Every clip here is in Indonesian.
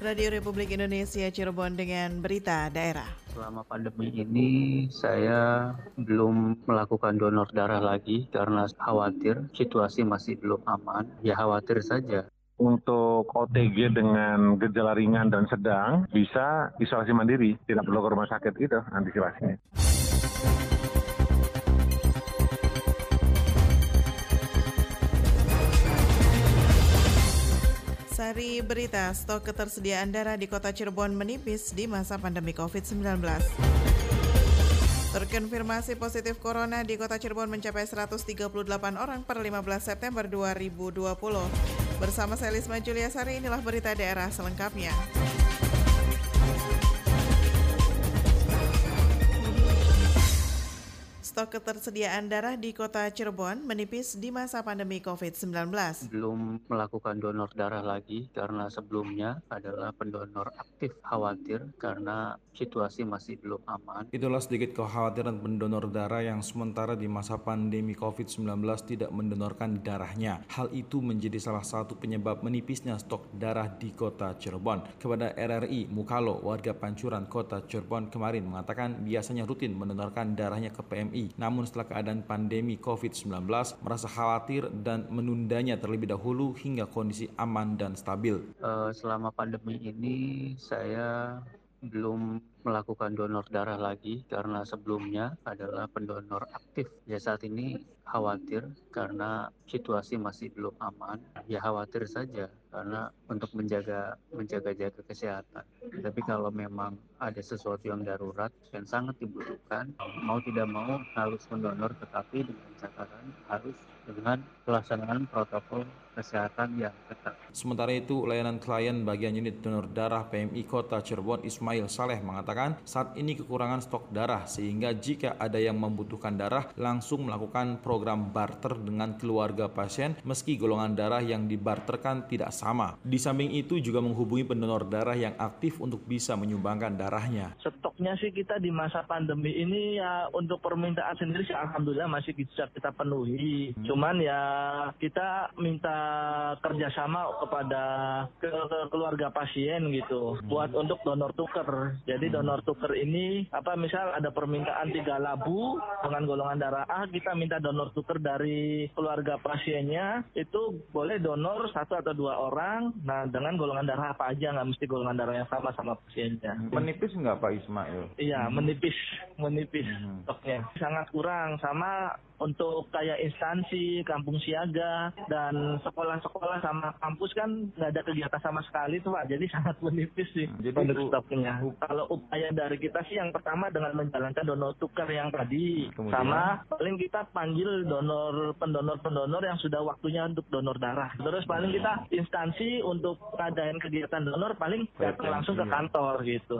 Radio Republik Indonesia Cirebon dengan berita daerah. Selama pandemi ini saya belum melakukan donor darah lagi karena khawatir situasi masih belum aman. Ya khawatir saja. Untuk OTG dengan gejala ringan dan sedang bisa isolasi mandiri, tidak perlu ke rumah sakit gitu antisipasinya. Sari berita, stok ketersediaan darah di kota Cirebon menipis di masa pandemi COVID-19. Terkonfirmasi positif corona di kota Cirebon mencapai 138 orang per 15 September 2020. Bersama saya Lisma Julia Sari, inilah berita daerah selengkapnya. Stok ketersediaan darah di kota Cirebon menipis di masa pandemi COVID-19. Belum melakukan donor darah lagi karena sebelumnya adalah pendonor aktif. Khawatir karena situasi masih belum aman. Itulah sedikit kekhawatiran pendonor darah yang sementara di masa pandemi COVID-19 tidak mendonorkan darahnya. Hal itu menjadi salah satu penyebab menipisnya stok darah di kota Cirebon. Kepada RRI Mukalo, warga Pancuran kota Cirebon kemarin mengatakan biasanya rutin mendonorkan darahnya ke PMI. Namun setelah keadaan pandemi COVID-19 merasa khawatir dan menundanya terlebih dahulu hingga kondisi aman dan stabil. Selama pandemi ini saya belum melakukan donor darah lagi karena sebelumnya adalah pendonor aktif. Ya saat ini khawatir karena situasi masih belum aman. Ya khawatir saja karena untuk menjaga kesehatan. Tapi kalau memang ada sesuatu yang darurat dan sangat dibutuhkan, mau tidak mau harus mendonor, tetapi dengan catatan harus dengan pelaksanaan protokol kesehatan yang ketat. Sementara itu, layanan klien bagian unit donor darah PMI Kota Cirebon Ismail Saleh mengatakan saat ini kekurangan stok darah sehingga jika ada yang membutuhkan darah langsung melakukan program barter dengan keluarga pasien meski golongan darah yang dibarterkan tidak sama. Di samping itu juga menghubungi pendonor darah yang aktif untuk bisa menyumbangkan darahnya. Stoknya sih kita di masa pandemi ini ya untuk permintaan sendiri sih alhamdulillah masih bisa kita penuhi. Cuman ya kita minta kerjasama kepada keluarga pasien gitu buat untuk donor tuker. Jadi donor tuker ini misal ada permintaan 3 labu dengan golongan darah A, kita minta donor tuker dari keluarga pasiennya itu boleh donor 1 atau 2 orang. Nah dengan golongan darah apa aja, nggak mesti golongan darah yang sama pasiennya. Menipis nggak Pak Ismail? Iya menipis stoknya sangat kurang. Sama untuk kayak instansi, kampung siaga, dan sekolah-sekolah sama kampus kan nggak ada kegiatan sama sekali tuh Pak, jadi sangat menipis sih untuk stoknya. Kalau upaya dari kita sih yang pertama dengan menjalankan donor tukar yang tadi, sama paling kita panggil pendonor yang sudah waktunya untuk donor darah. Terus paling kita instansi untuk ngadain kegiatan donor paling datang langsung ke kantor gitu.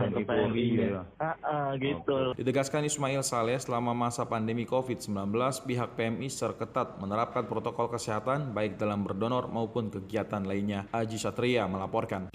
Gitu. Ditegaskan Ismail Saleh, selama masa pandemi COVID-19 pihak PMI secara ketat menerapkan protokol kesehatan baik dalam berdonor maupun kegiatan lainnya. Aji Satria melaporkan.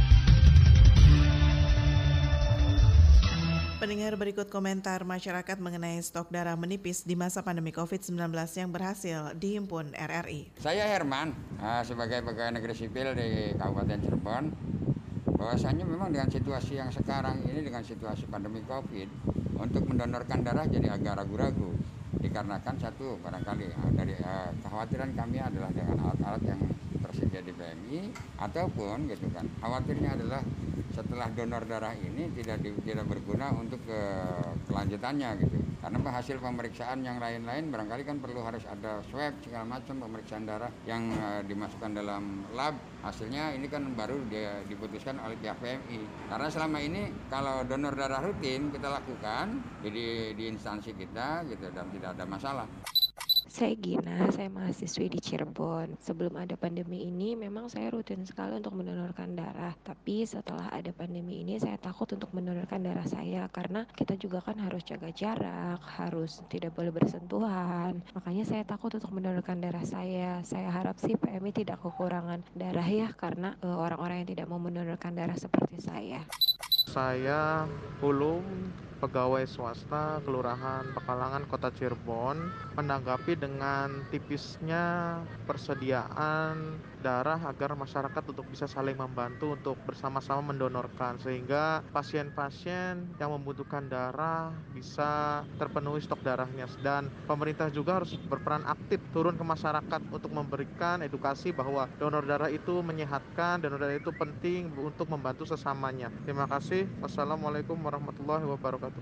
Pendengar, berikut komentar masyarakat mengenai stok darah menipis di masa pandemi COVID-19 yang berhasil dihimpun RRI. Saya Herman, sebagai pegawai negeri sipil di Kabupaten Cirebon, bahwasanya memang dengan situasi yang sekarang ini, dengan situasi pandemi COVID, untuk mendonorkan darah jadi agak ragu-ragu. Dikarenakan satu, barangkali dari kekhawatiran kami adalah dengan alat-alat yang tersedia di PMI, ataupun gitu kan, khawatirnya adalah setelah donor darah ini tidak berguna untuk kelanjutannya gitu. Karena hasil pemeriksaan yang lain-lain barangkali kan perlu harus ada swab segala macam pemeriksaan darah yang dimasukkan dalam lab. Hasilnya ini kan baru diputuskan oleh pihak PMI. Karena selama ini kalau donor darah rutin kita lakukan di instansi kita gitu dan tidak ada masalah. Saya Gina, saya mahasiswi di Cirebon. Sebelum ada pandemi ini, memang saya rutin sekali untuk mendonorkan darah. Tapi setelah ada pandemi ini, saya takut untuk mendonorkan darah saya. Karena kita juga kan harus jaga jarak, harus tidak boleh bersentuhan. Makanya saya takut untuk mendonorkan darah saya. Saya harap sih PMI tidak kekurangan darah ya, karena orang-orang yang tidak mau mendonorkan darah seperti saya. Saya Pulung pegawai swasta Kelurahan Pekalangan Kota Cirebon menanggapi dengan tipisnya persediaan darah agar masyarakat untuk bisa saling membantu untuk bersama-sama mendonorkan sehingga pasien-pasien yang membutuhkan darah bisa terpenuhi stok darahnya, dan pemerintah juga harus berperan aktif turun ke masyarakat untuk memberikan edukasi bahwa donor darah itu menyehatkan, donor darah itu penting untuk membantu sesamanya. Terima kasih. Wassalamualaikum warahmatullahi wabarakatuh.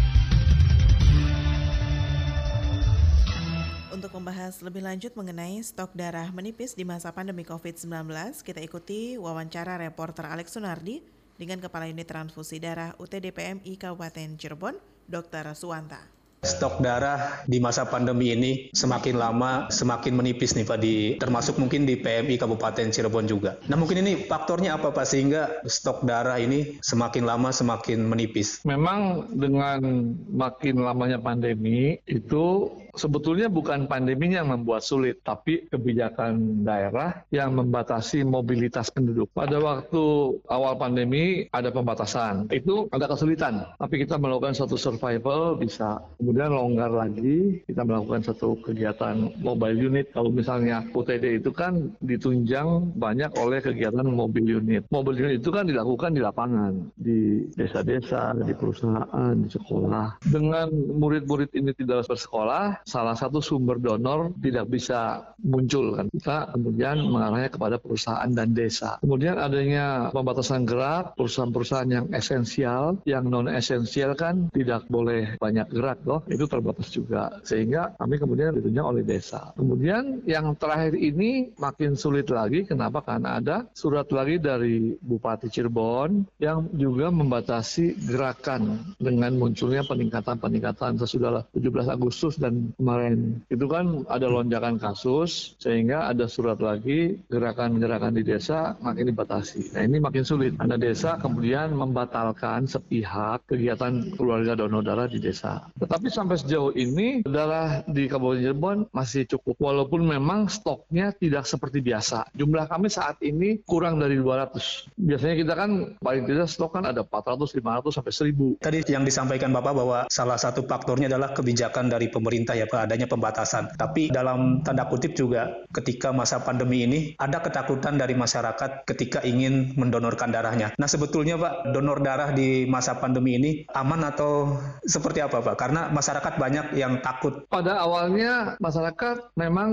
Untuk membahas lebih lanjut mengenai stok darah menipis di masa pandemi COVID-19, kita ikuti wawancara reporter Alex Sunardi dengan Kepala Unit Transfusi Darah UTD PMI Kabupaten Cirebon, Dr. Suwanta. Stok darah di masa pandemi ini semakin lama semakin menipis nih Pak, termasuk mungkin di PMI Kabupaten Cirebon juga. Nah mungkin ini faktornya apa Pak sehingga stok darah ini semakin lama semakin menipis? Memang dengan makin lamanya pandemi itu sebetulnya bukan pandeminya yang membuat sulit, tapi kebijakan daerah yang membatasi mobilitas penduduk. Pada waktu awal pandemi ada pembatasan, itu ada kesulitan, tapi kita melakukan satu survival bisa. Kemudian longgar lagi, kita melakukan satu kegiatan mobile unit. Kalau misalnya UTD itu kan ditunjang banyak oleh kegiatan mobile unit. Mobile unit itu kan dilakukan di lapangan, di desa-desa, di perusahaan, di sekolah. Dengan murid-murid ini tidak bersekolah, salah satu sumber donor tidak bisa muncul kan. Kita kemudian mengarahnya kepada perusahaan dan desa. Kemudian adanya pembatasan gerak, perusahaan-perusahaan yang esensial, yang non-esensial kan tidak boleh banyak gerak loh. Itu terbatas juga, sehingga kami kemudian ditunjang oleh desa. Kemudian yang terakhir ini makin sulit lagi, kenapa? Karena ada surat lagi dari Bupati Cirebon yang juga membatasi gerakan dengan munculnya peningkatan sesudah 17 Agustus dan kemarin. Itu kan ada lonjakan kasus, sehingga ada surat lagi gerakan-gerakan di desa makin dibatasi. Nah ini makin sulit, karena desa kemudian membatalkan sepihak kegiatan keluarga donor darah di desa. Tetapi sampai sejauh ini darah di Kabupaten Cirebon masih cukup, walaupun memang stoknya tidak seperti biasa. Jumlah kami saat ini kurang dari 200. Biasanya kita kan paling tidak stok kan ada 400, 500 sampai 1000. Tadi yang disampaikan Bapak bahwa salah satu faktornya adalah kebijakan dari pemerintah ya Pak, adanya pembatasan. Tapi dalam tanda kutip juga ketika masa pandemi ini ada ketakutan dari masyarakat ketika ingin mendonorkan darahnya. Nah sebetulnya Pak, donor darah di masa pandemi ini aman atau seperti apa Pak? Karena masyarakat banyak yang takut. Pada awalnya masyarakat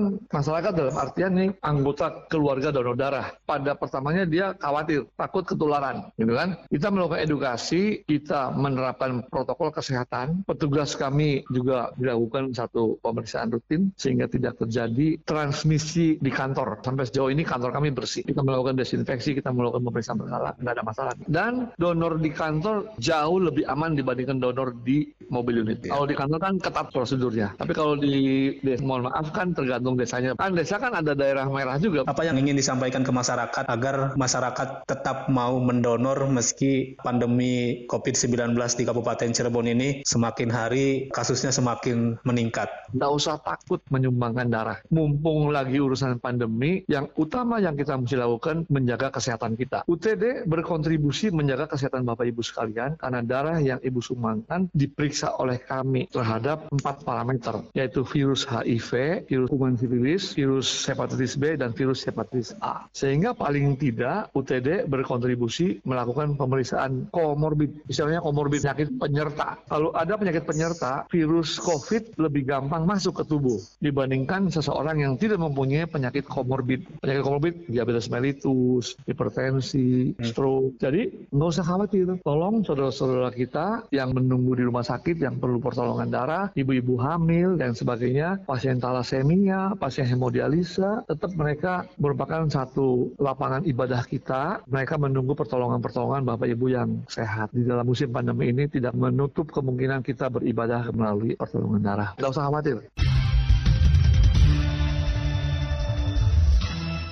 dalam artian nih anggota keluarga donor darah. Pada pertamanya dia khawatir, takut ketularan, gitu kan? Kita melakukan edukasi, kita menerapkan protokol kesehatan. Petugas kami juga dilakukan satu pemeriksaan rutin sehingga tidak terjadi transmisi di kantor. Sampai sejauh ini kantor kami bersih. Kita melakukan desinfeksi, kita melakukan pemeriksaan berkala, nggak ada masalah. Dan donor di kantor jauh lebih aman dibandingkan donor di mobil unit. Kalau di kantor kan ketat prosedurnya. Tapi kalau di desa, mohon maaf kan tergantung desanya. Kan desa kan ada daerah merah juga. Apa yang ingin disampaikan ke masyarakat agar masyarakat tetap mau mendonor meski pandemi COVID-19 di Kabupaten Cirebon ini semakin hari kasusnya semakin meningkat? Nggak usah takut menyumbangkan darah. Mumpung lagi urusan pandemi, yang utama yang kita mesti lakukan menjaga kesehatan kita. UTD berkontribusi menjaga kesehatan Bapak Ibu sekalian karena darah yang Ibu sumbangkan diperiksa oleh kami terhadap 4 parameter, yaitu virus HIV, virus kuman sifilis, virus hepatitis B, dan virus hepatitis A. Sehingga paling tidak UTD berkontribusi melakukan pemeriksaan komorbid, misalnya komorbid penyakit penyerta. Kalau ada penyakit penyerta, virus COVID lebih gampang masuk ke tubuh dibandingkan seseorang yang tidak mempunyai penyakit komorbid. Penyakit komorbid, diabetes mellitus, hipertensi, stroke. Jadi nggak usah khawatir. Tolong saudara-saudara kita yang menunggu di rumah sakit, yang perlu pertolongan darah, ibu-ibu hamil dan sebagainya, pasien talasemia, pasien hemodialisa, tetap mereka merupakan satu lapangan ibadah kita. Mereka menunggu pertolongan-pertolongan Bapak Ibu yang sehat. Di dalam musim pandemi ini tidak menutup kemungkinan kita beribadah melalui pertolongan darah. Tidak usah khawatir.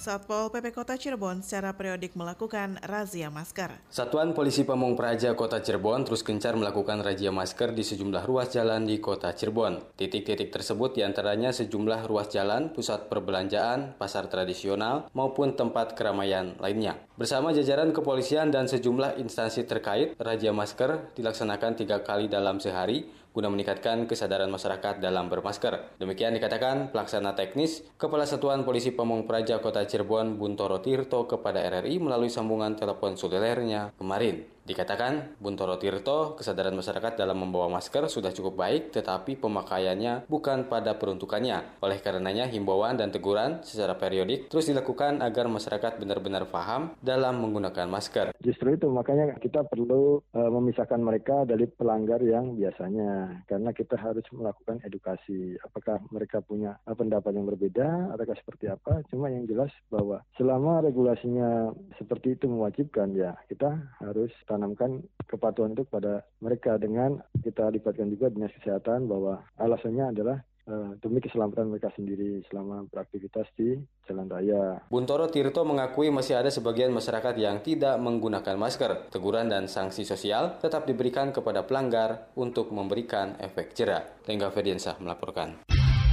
Satpol PP Kota Cirebon secara periodik melakukan razia masker. Satuan Polisi Pamung Praja Kota Cirebon terus gencar melakukan razia masker di sejumlah ruas jalan di Kota Cirebon. Titik-titik tersebut diantaranya sejumlah ruas jalan, pusat perbelanjaan, pasar tradisional, maupun tempat keramaian lainnya. Bersama jajaran kepolisian dan sejumlah instansi terkait, razia masker dilaksanakan 3 kali dalam sehari guna meningkatkan kesadaran masyarakat dalam bermasker. Demikian dikatakan pelaksana teknis Kepala Satuan Polisi Pamung Praja Kota Cirebon Buntoro Tirto kepada RRI melalui sambungan telepon selulernya kemarin. Dikatakan, Buntoro Tirto, kesadaran masyarakat dalam membawa masker sudah cukup baik, tetapi pemakaiannya bukan pada peruntukannya. Oleh karenanya, himbauan dan teguran secara periodik terus dilakukan agar masyarakat benar-benar paham dalam menggunakan masker. Justru itu, makanya kita perlu memisahkan mereka dari pelanggar yang biasanya. Karena kita harus melakukan edukasi. Apakah mereka punya pendapat yang berbeda, ataukah seperti apa. Cuma yang jelas bahwa selama regulasinya seperti itu mewajibkan, ya kita harus tanamkan kepatuhan itu kepada mereka dengan kita libatkan juga dinas kesehatan bahwa alasannya adalah demi keselamatan mereka sendiri selama beraktivitas di jalan raya. Buntoro Tirto mengakui masih ada sebagian masyarakat yang tidak menggunakan masker. Teguran dan sanksi sosial tetap diberikan kepada pelanggar untuk memberikan efek jera. Lengga Ferdiansyah melaporkan.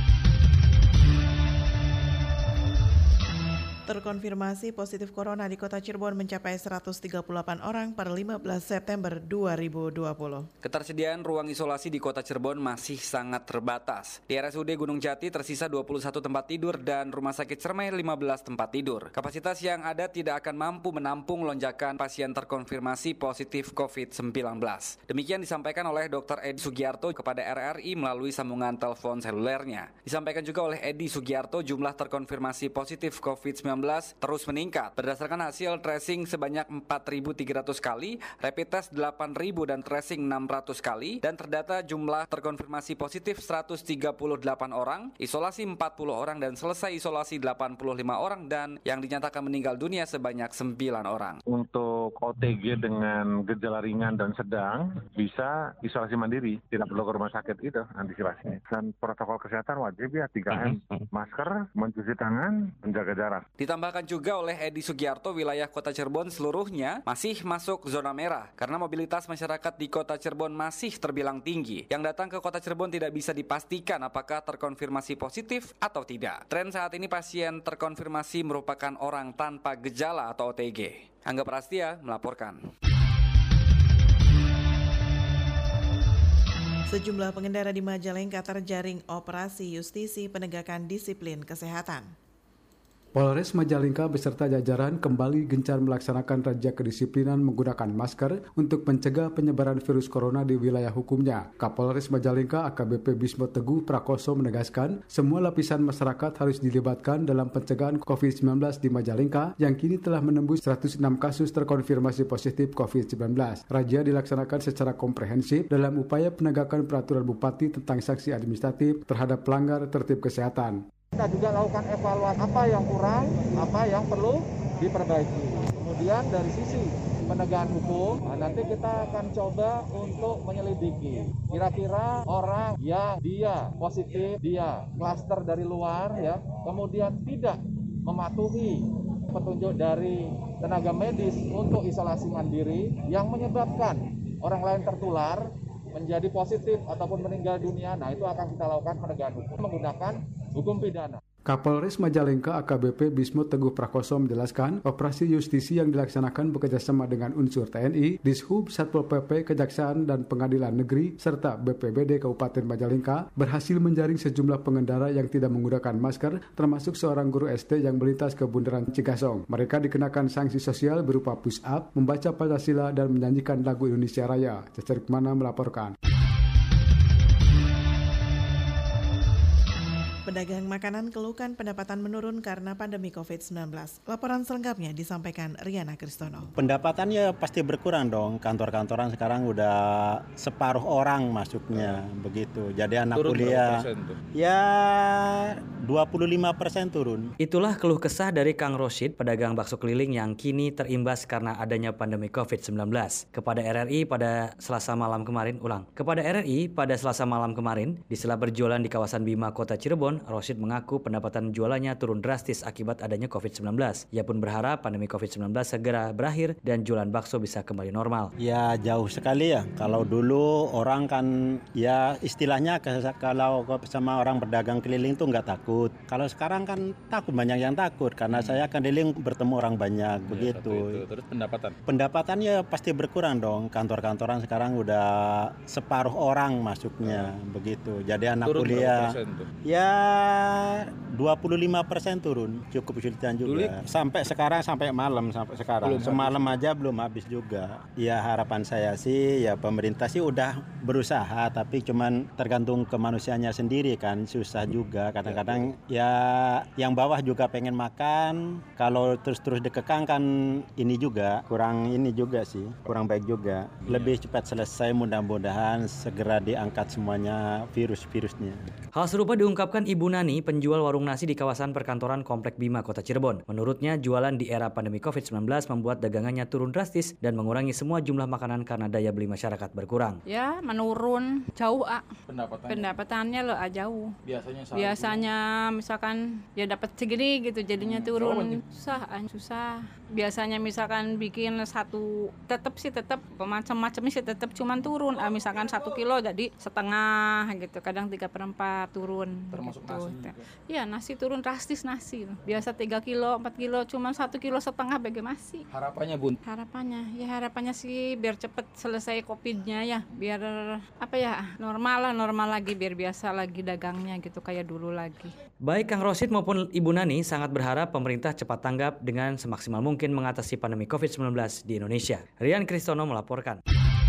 Terkonfirmasi positif corona di Kota Cirebon mencapai 138 orang per 15 September 2020. Ketersediaan ruang isolasi di Kota Cirebon masih sangat terbatas. Di RSUD Gunung Jati tersisa 21 tempat tidur dan Rumah Sakit Cermai 15 tempat tidur. Kapasitas yang ada tidak akan mampu menampung lonjakan pasien terkonfirmasi positif COVID-19. Demikian disampaikan oleh Dr. Edi Sugiarto kepada RRI melalui sambungan telepon selulernya. Disampaikan juga oleh Edi Sugiarto jumlah terkonfirmasi positif COVID-19 terus meningkat. Berdasarkan hasil tracing sebanyak 4.300 kali, rapid test 8.000 dan tracing 600 kali, dan terdata jumlah terkonfirmasi positif 138 orang, isolasi 40 orang dan selesai isolasi 85 orang, dan yang dinyatakan meninggal dunia sebanyak 9 orang. Untuk OTG dengan gejala ringan dan sedang bisa isolasi mandiri, tidak perlu ke rumah sakit itu antisipasinya. Dan protokol kesehatan wajib ya 3M, masker, mencuci tangan, menjaga jarak. Ditambahkan juga oleh Edi Sugiarto, wilayah Kota Cirebon seluruhnya masih masuk zona merah karena mobilitas masyarakat di Kota Cirebon masih terbilang tinggi. Yang datang ke Kota Cirebon tidak bisa dipastikan apakah terkonfirmasi positif atau tidak. Tren saat ini pasien terkonfirmasi merupakan orang tanpa gejala atau OTG. Angga Prastia melaporkan. Sejumlah pengendara di Majalengka terjaring operasi justisi penegakan disiplin kesehatan. Polres Majalengka beserta jajaran kembali gencar melaksanakan razia kedisiplinan menggunakan masker untuk mencegah penyebaran virus corona di wilayah hukumnya. Kapolres Majalengka AKBP Bismo Teguh Prakoso menegaskan semua lapisan masyarakat harus dilibatkan dalam pencegahan COVID-19 di Majalengka yang kini telah menembus 106 kasus terkonfirmasi positif COVID-19. Razia dilaksanakan secara komprehensif dalam upaya penegakan peraturan Bupati tentang sanksi administratif terhadap pelanggar tertib kesehatan. Kita juga lakukan evaluasi apa yang kurang, apa yang perlu diperbaiki. Kemudian dari sisi penegakan hukum, nanti kita akan coba untuk menyelidiki. Kira-kira orang yang dia positif, dia klaster dari luar, ya, kemudian tidak mematuhi petunjuk dari tenaga medis untuk isolasi mandiri yang menyebabkan orang lain tertular, menjadi positif ataupun meninggal dunia. Nah, itu akan kita lakukan penegakan hukum menggunakan hukum pidana. Kapolres Majalengka AKBP Bismo Teguh Prakoso menjelaskan operasi justisi yang dilaksanakan bekerjasama dengan unsur TNI, Dishub, Satpol PP, Kejaksaan, dan Pengadilan Negeri, serta BPBD Kabupaten Majalengka berhasil menjaring sejumlah pengendara yang tidak menggunakan masker, termasuk seorang guru SD yang melintas ke Bundaran Cigasong. Mereka dikenakan sanksi sosial berupa push up, membaca Pancasila, dan menyanyikan lagu Indonesia Raya. Cecep Mana melaporkan. Pedagang makanan keluhkan pendapatan menurun karena pandemi COVID-19. Laporan selengkapnya disampaikan Riana Kristono. Pendapatannya pasti berkurang dong. Kantor-kantoran sekarang udah separuh orang masuknya begitu. Jadi anak turun kuliah ya 25% turun. Itulah keluh kesah dari Kang Rosid, pedagang bakso keliling yang kini terimbas karena adanya pandemi COVID-19. Kepada RRI pada Selasa malam kemarin, di sela berjualan di kawasan Bima Kota Cirebon, Cirebon, Rosid mengaku pendapatan jualannya turun drastis akibat adanya COVID-19. Ia pun berharap pandemi COVID-19 segera berakhir dan jualan bakso bisa kembali normal. Ya jauh sekali ya. Kalau dulu orang kan ya istilahnya kalau sama orang berdagang keliling tuh nggak takut. Kalau sekarang kan takut, banyak yang takut karena saya keliling bertemu orang banyak begitu. Terus pendapatan? Pendapatannya pasti berkurang dong. Kantor-kantoran sekarang udah separuh orang masuknya begitu. Jadi anak turun kuliah ya 25% turun, cukup kesulitan juga. Sampai sekarang sampai malam sampai sekarang. Semalam aja belum habis juga. Ya harapan saya sih ya pemerintah sih udah berusaha tapi cuman tergantung ke manusianya sendiri kan, susah juga kadang-kadang ya yang bawah juga pengen makan, kalau terus-terus dikekang kan ini juga kurang baik juga. Lebih cepat selesai, mudah-mudahan segera diangkat semuanya virus-virusnya. Hal serupa diungkapkan Ibu Nani, penjual warung nasi di kawasan perkantoran Komplek Bima, Kota Cirebon. Menurutnya, jualan di era pandemi COVID-19 membuat dagangannya turun drastis dan mengurangi semua jumlah makanan karena daya beli masyarakat berkurang. Ya, menurun jauh, Pendapatannya lo jauh. Biasanya Misalkan ya dapat segini gitu, jadinya turun. Susah. Biasanya misalkan bikin tetap macam-macamnya sih tetap cuman turun. Misalkan 1 kilo jadi setengah gitu, kadang 3/4 turun. Termasuk gitu. nasi juga? Iya, nasi turun drastis nasi. Biasa 3 kilo, 4 kilo, cuman 1,5 kilo bagaimana sih? Harapannya Bun? Harapannya sih biar cepet selesai COVID-nya ya, biar normal lagi, biar biasa lagi dagangnya gitu kayak dulu lagi. Baik Kang Rosid maupun Ibu Nani sangat berharap pemerintah cepat tanggap dengan semaksimal mungkin mengatasi pandemi COVID-19 di Indonesia. Rian Kristono melaporkan.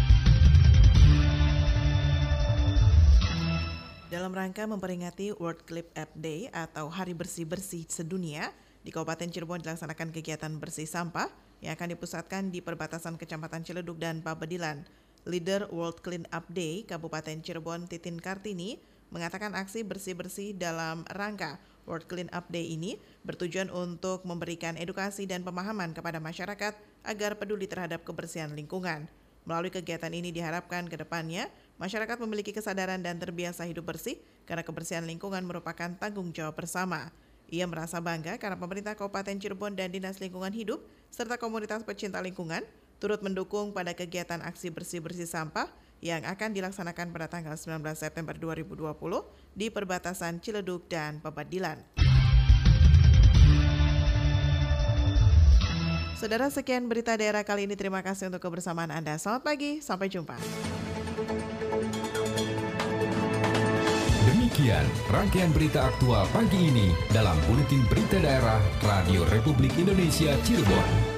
Dalam rangka memperingati World Clean Up Day atau Hari Bersih-Bersih Sedunia, di Kabupaten Cirebon dilaksanakan kegiatan bersih sampah yang akan dipusatkan di perbatasan Kecamatan Ciledug dan Pabedilan. Leader World Clean Up Day Kabupaten Cirebon Titin Kartini mengatakan aksi bersih-bersih dalam rangka World Clean Up Day ini bertujuan untuk memberikan edukasi dan pemahaman kepada masyarakat agar peduli terhadap kebersihan lingkungan. Melalui kegiatan ini diharapkan ke depannya masyarakat memiliki kesadaran dan terbiasa hidup bersih karena kebersihan lingkungan merupakan tanggung jawab bersama. Ia merasa bangga karena pemerintah Kabupaten Cirebon dan Dinas Lingkungan Hidup serta komunitas pecinta lingkungan turut mendukung pada kegiatan aksi bersih-bersih sampah yang akan dilaksanakan pada tanggal 19 September 2020 di perbatasan Ciledug dan Pabedilan. Saudara, sekian berita daerah kali ini. Terima kasih untuk kebersamaan Anda. Selamat pagi, sampai jumpa. Demikian rangkaian berita aktual pagi ini dalam Buletin Berita Daerah Radio Republik Indonesia Cirebon.